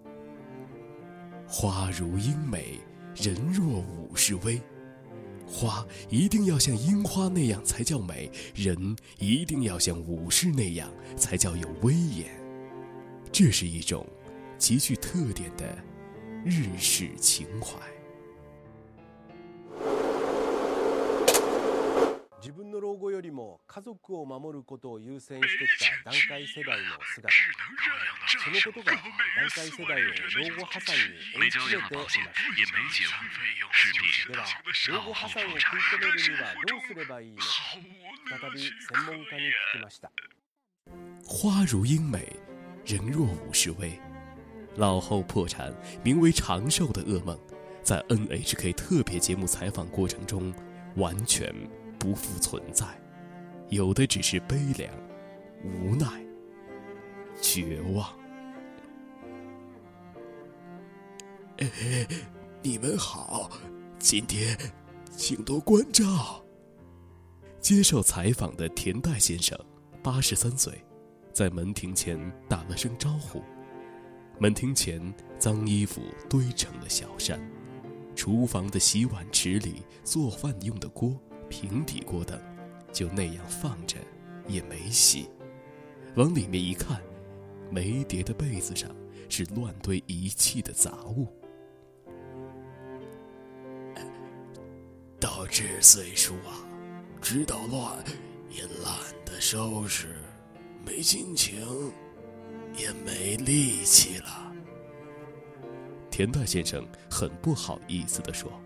花如英美，人若武士威。花一定要像樱花那样才叫美，人一定要像武士那样才叫有威严。这是一种极具特点的日式情怀。 自分の老後よりも家族を守ることを優先してきた団塊世代の姿、そのことが団塊世代を老後破産に追い詰めています。では、老後破産を食い止めるにはどうすればいいのか、再び専門家に聞きました。 花如英美，人若武士威。老后破产，名为长寿的噩梦，在 N H K 特别节目采访过程中完全不复存在，有的只是悲凉、无奈、绝望。 哎，你们好，今天请多关照。 接受采访的田代先生，八十三岁，在门庭前打了声招呼。门庭前脏衣服堆成了小山，厨房的洗碗池里做饭用的锅、平底锅等就那样放着，也没洗。往里面一看，没叠的被子上是乱堆遗弃的杂物。 到这岁数啊，知道乱也懒得收拾，没心情也没力气了。 田代先生很不好意思地说，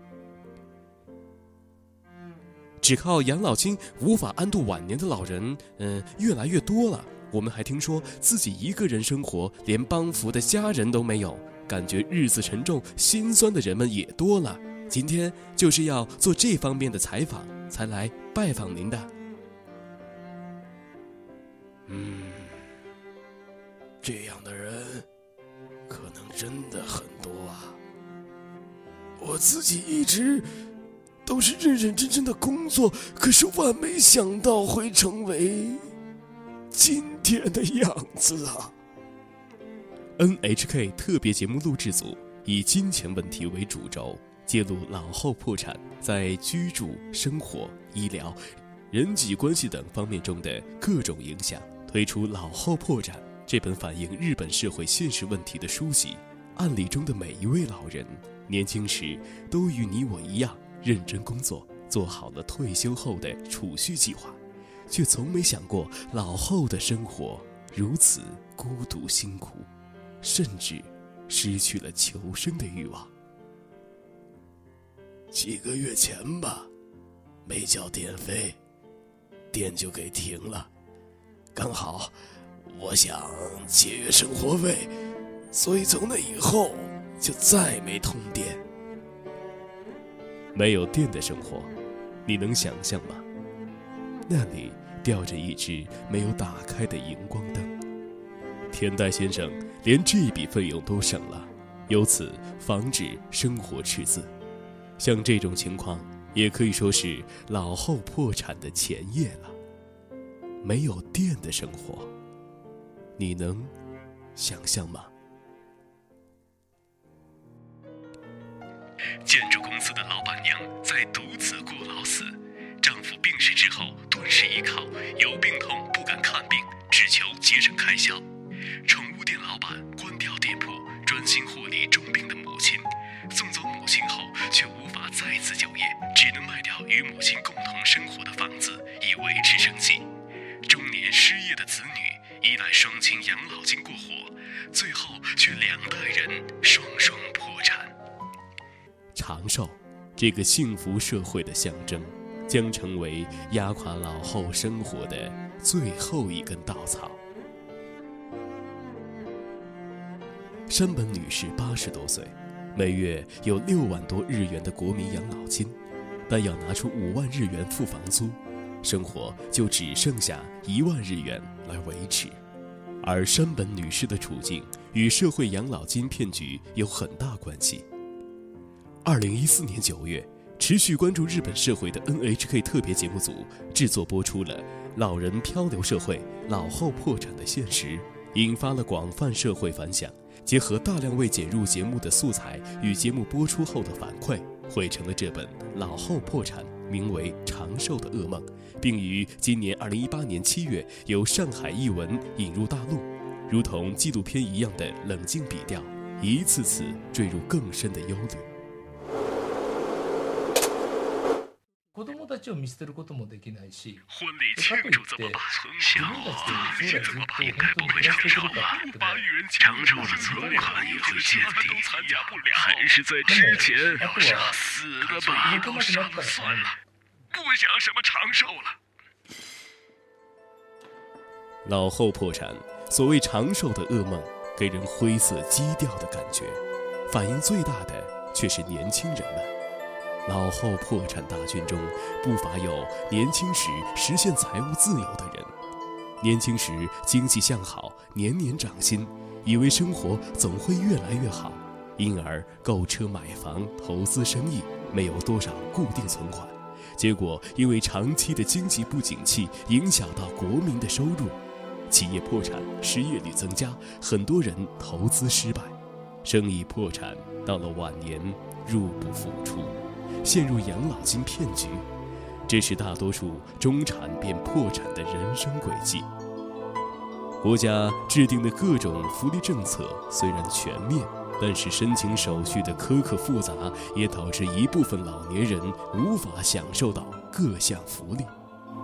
只靠养老金无法安度晚年的老人，嗯、呃，越来越多了。我们还听说自己一个人生活，连帮扶的家人都没有，感觉日子沉重、心酸的人们也多了。 今天就是要做这方面的采访才来拜访您的。 嗯，这样的人可能真的很多啊。我自己一直都是认认真真的工作，可是万没想到会成为今天的样子啊。 N H K 特别节目录制组以金钱问题为主轴，揭露老后破产在居住、生活、医疗、人际关系等方面中的各种影响，推出《老后破产》这本反映日本社会现实问题的书籍。案例中的每一位老人，年轻时都与你我一样认真工作，做好了退休后的储蓄计划，却从没想过老后的生活如此孤独辛苦，甚至失去了求生的欲望。 几个月前吧，没交电费，电就给停了。刚好我想节约生活费，所以从那以后就再没通电。 没有电的生活，你能想象吗？那里吊着一只没有打开的荧光灯。田代先生连这笔费用都省了，由此防止生活赤字。像这种情况，也可以说是老后破产的前夜了。没有电的生活，你能想象吗？ 建筑公司的老板娘在独自过劳死，丈夫病逝之后，顿时依靠有病痛不敢看病，只求节省开销。宠物店老板关掉店铺，专心护理重病的母亲。送走母亲后，却无法再次就业，只能卖掉与母亲共同生活的房子，以维持生计。中年失业的子女依赖双亲养老金过活，最后却两代人双双破产。 长寿，这个幸福社会的象征，将成为压垮老后生活的最后一根稻草。山本女士八十多岁，每月有六万多日元的国民养老金，但要拿出五万日元付房租，生活就只剩下一万日元来维持。而山本女士的处境与社会养老金骗局有很大关系。二零一四年九月，持续关注日本社会的 N H K 特别节目组制作播出了《老人漂流社会：老后破产的现实》，引发了广泛社会反响。结合大量未剪入节目的素材与节目播出后的反馈，汇成了这本《老后破产》，名为《长寿的噩梦》，并于今年二零一八年七月由上海译文引入大陆，如同纪录片一样的冷静笔调，一次次坠入更深的忧虑。 子供たちを見捨てることもできないし、 婚礼庆祝怎么办？从小啊，这怎么办？应该不会长寿吧？无法与人长寿的存款也会见底呀，还是在之前杀死了吧？都上了算了，不想什么长寿了。 老后破产，所谓长寿的噩梦，给人灰色基调的感觉，反应最大的却是年轻人们。老后破产大军中，不乏有年轻时实现财务自由的人。年轻时经济向好，年年涨薪，以为生活总会越来越好，因而购车买房、投资生意，没有多少固定存款。结果因为长期的经济不景气，影响到国民的收入，企业破产，失业率增加，很多人投资失败，生意破产，到了晚年入不敷出，陷入养老金骗局，这是大多数中产变破产的人生轨迹。国家制定的各种福利政策虽然全面，但是申请手续的苛刻复杂，也导致一部分老年人无法享受到各项福利。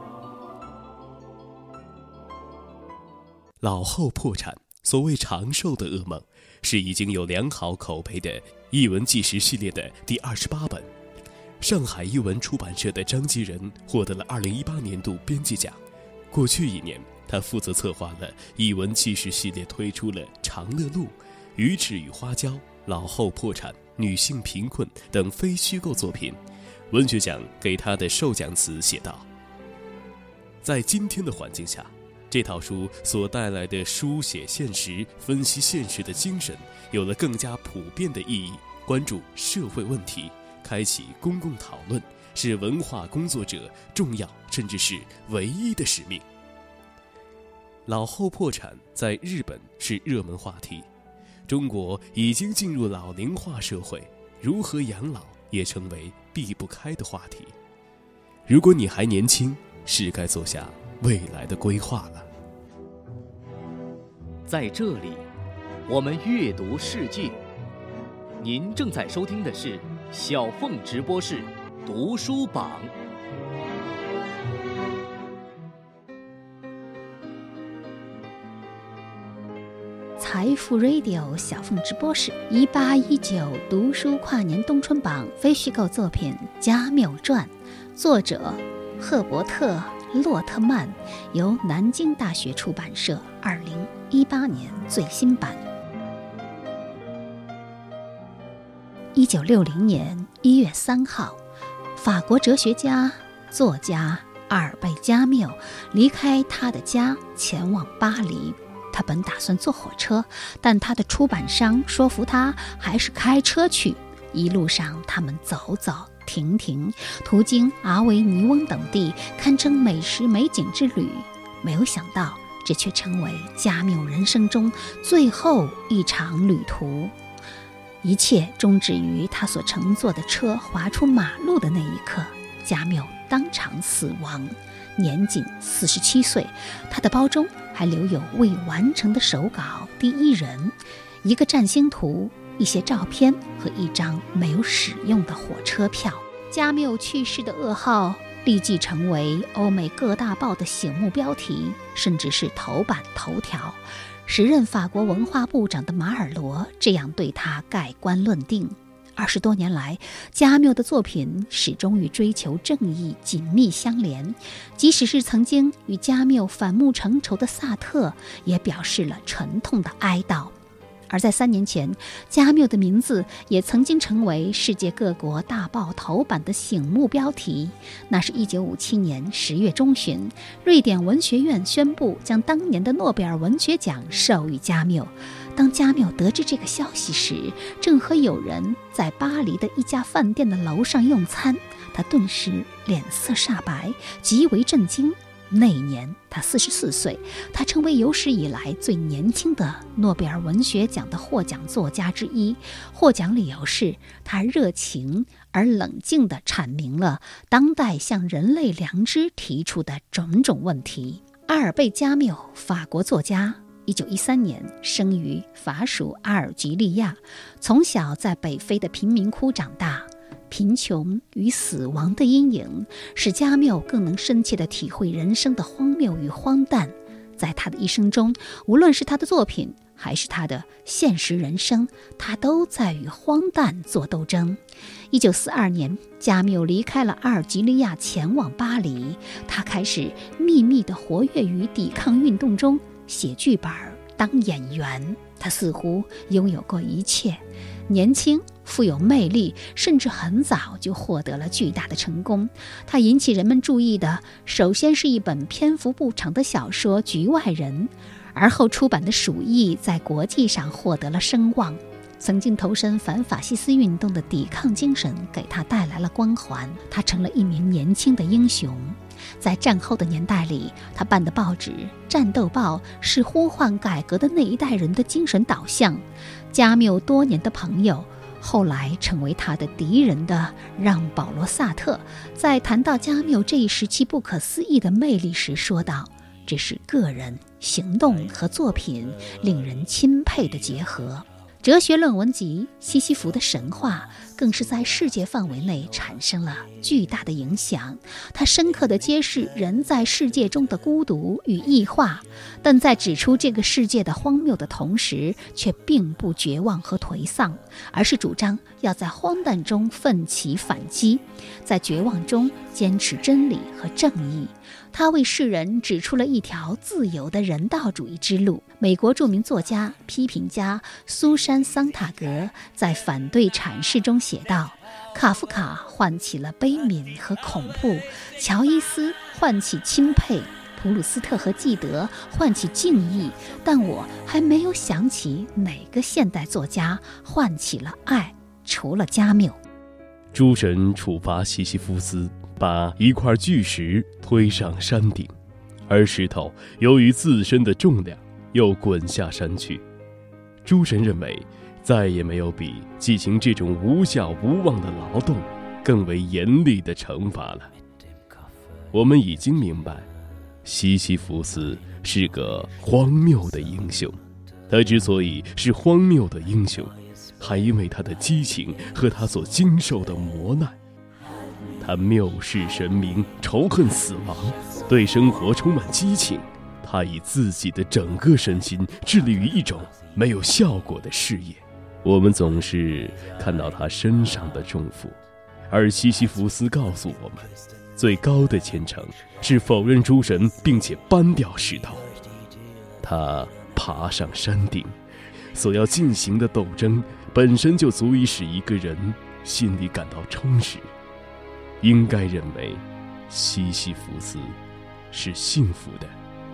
老后破产，所谓长寿的噩梦，是已经有良好口碑的译文纪实系列的第二十八本。上海译文出版社的张吉仁获得了二零一八年度编辑奖。过去一年，他负责策划了译文纪实系列，推出了《长乐路》、《鱼翅与花椒》、《老后破产》、《 女性贫困等非虚构作品，文学奖给他的授奖词写道：在今天的环境下，这套书所带来的书写现实、分析现实的精神，有了更加普遍的意义。关注社会问题，开启公共讨论，是文化工作者重要甚至是唯一的使命。老后破产在日本是热门话题，中国已经进入老龄化社会，如何养老也成为避不开的话题。如果你还年轻，是该做下未来的规划了。 在这里，我们阅读世界。您正在收听的是小凤直播室读书榜。 财富 Radio 小凤直播室一八一九读书跨年冬春榜非虚构作品《加缪传》，作者赫伯特·洛特曼，由南京大学出版社二零一八年最新版。一九六零年一月三号，法国哲学家、作家阿尔贝·加缪离开他的家，前往巴黎。他本打算坐火车，但他的出版商说服他还是开车去。一路上，他们走走停停，途经阿维尼翁等地，堪称美食美景之旅。没有想到，这却成为加缪人生中最后一场旅途。一切终止于他所乘坐的车滑出马路的那一刻，加缪当场死亡，年仅四十七岁。他的包中还留有未完成的手稿《第一人》，一个占星图，一些照片和一张没有使用的火车票。加缪去世的噩耗立即成为欧美各大报的醒目标题，甚至是头版头条。时任法国文化部长的马尔罗这样对他盖棺论定：二十多年来，加缪的作品始终与追求正义紧密相连，即使是曾经与加缪反目成仇的萨特，也表示了沉痛的哀悼。而在三年前，加缪的名字也曾经成为世界各国大报头版的醒目标题。那是一九五七年十月中旬，瑞典文学院宣布将当年的诺贝尔文学奖授予加缪。当加缪得知这个消息时，正和友人在巴黎的一家饭店的楼上用餐，他顿时脸色煞白，极为震惊。那一年他四十四岁，他成为有史以来最年轻的诺贝尔文学奖的获奖作家之一。获奖理由是他热情而冷静地阐明了当代向人类良知提出的种种问题。阿尔贝·加缪，法国作家，一九一三年生于法属阿尔及利亚，从小在北非的贫民窟长大。贫穷与死亡的阴影使加缪更能深切地体会人生的荒谬与荒诞。在他的一生中，无论是他的作品还是他的现实人生，他都在与荒诞做斗争。一九四二年，加缪离开了阿尔及利亚，前往巴黎。他开始秘密地活跃于抵抗运动中，写剧本、当演员。他似乎拥有过一切，年轻、富有魅力，甚至很早就获得了巨大的成功。他引起人们注意的，首先是一本篇幅不长的小说《局外人》，而后出版的《鼠疫》在国际上获得了声望。曾经投身反法西斯运动的抵抗精神给他带来了光环，他成了一名年轻的英雄。在战后的年代里，他办的报纸《战斗报》是呼唤改革的那一代人的精神导向。加缪多年的朋友，后来成为他的敌人的让·保罗·萨特，在谈到加缪这一时期不可思议的魅力时说道：这是个人、行动和作品令人钦佩的结合。哲学论文集《西西弗的神话》 更是在世界范围内产生了巨大的影响。他深刻地揭示人在世界中的孤独与异化，但在指出这个世界的荒谬的同时，却并不绝望和颓丧，而是主张要在荒诞中奋起反击，在绝望中坚持真理和正义。他为世人指出了一条自由的人道主义之路。美国著名作家、批评家苏珊·桑塔格在反对阐释中写道：卡夫卡唤起了悲悯和恐怖，乔伊斯唤起钦佩，普鲁斯特和纪德唤起敬意，但我还没有想起哪个现代作家唤起了爱，除了加缪。 诸神处罚西西弗斯，把一块巨石推上山顶，而石头由于自身的重量又滚下山去。诸神认为再也没有比进行这种无效无望的劳动更为严厉的惩罚了。我们已经明白，西西弗斯是个荒谬的英雄。他之所以是荒谬的英雄，还因为他的激情和他所经受的磨难。他蔑视神明，仇恨死亡，对生活充满激情。他以自己的整个身心致力于一种没有效果的事业。我们总是看到他身上的重负，而西西弗斯告诉我们，最高的虔诚是否认诸神并且搬掉石头。他爬上山顶，所要进行的斗争本身就足以使一个人心里感到充实。应该认为西西弗斯是幸福的。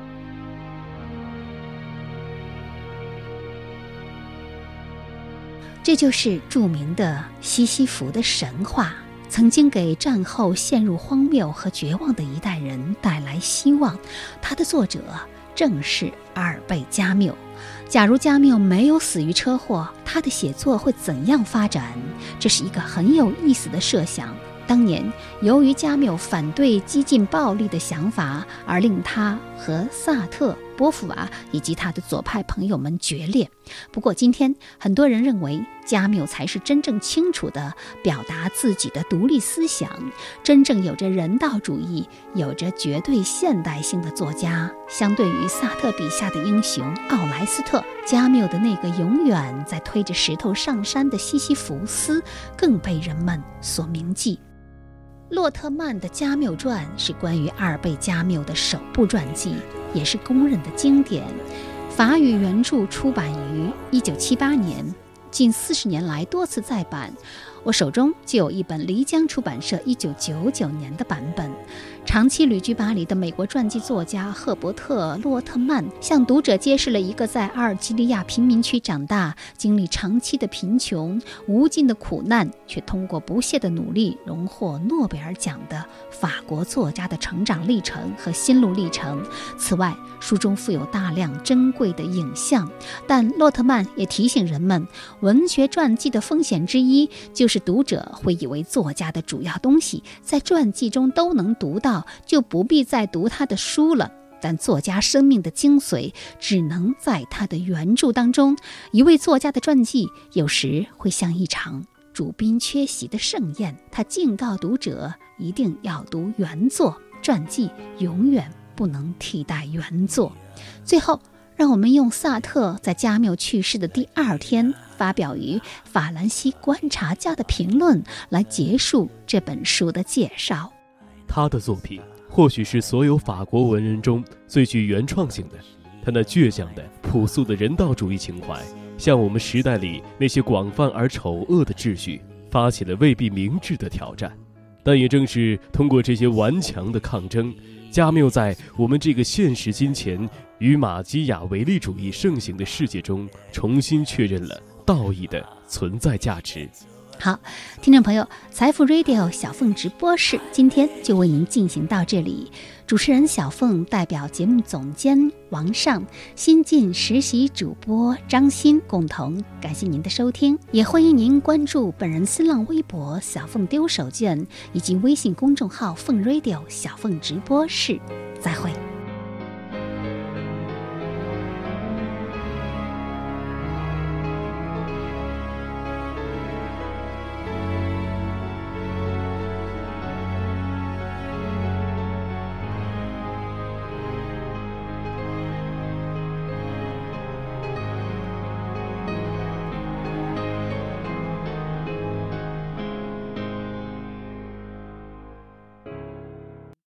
这就是著名的西西弗的神话，曾经给战后陷入荒谬和绝望的一代人带来希望。它的作者正是阿尔贝·加缪。假如加缪没有死于车祸，他的写作会怎样发展？这是一个很有意思的设想。当年由于加缪反对激进暴力的想法，而令他和萨特、波伏娃以及他的左派朋友们决裂。不过今天很多人认为加缪才是真正清楚地表达自己的独立思想，真正有着人道主义、有着绝对现代性的作家。相对于萨特笔下的英雄奥莱斯特，加缪的那个永远在推着石头上山的西西弗斯更被人们所铭记。洛特曼的《加缪传》是关于阿尔贝·加缪的首部传记，也是公认的经典。法语原著出版于一九七八年，近四十年来多次再版。我手中就有一本漓江出版社一九九九年的版本。长期旅居巴黎的美国传记作家赫伯特·洛特曼向读者揭示了一个在阿尔及利亚贫民区长大，经历长期的贫穷、无尽的苦难，却通过不懈的努力荣获诺贝尔奖的法国作家的成长历程和心路历程。此外，书中附有大量珍贵的影像，但洛特曼也提醒人们，文学传记的风险之一就是读者会以为作家的主要东西在传记中都能读到，就不必再读他的书了。但作家生命的精髓只能在他的原著当中。一位作家的传记有时会像一场主宾缺席的盛宴，他警告读者一定要读原作，传记永远不能替代原作。最后，让我们用萨特在加缪去世的第二天发表于法兰西观察家的评论来结束这本书的介绍。 他的作品或许是所有法国文人中最具原创性的，他那倔强的朴素的人道主义情怀，向我们时代里那些广泛而丑恶的秩序发起了未必明智的挑战。但也正是通过这些顽强的抗争，加缪在我们这个现实金钱与马基雅维利主义盛行的世界中重新确认了道义的存在价值。 好，听众朋友，财富 Radio 小凤直播室今天就为您进行到这里。主持人小凤代表节目总监王尚、新晋实习主播张欣共同感谢您的收听，也欢迎您关注本人新浪微博小凤丢手绢以及微信公众号凤 Radio 小凤直播室。再会。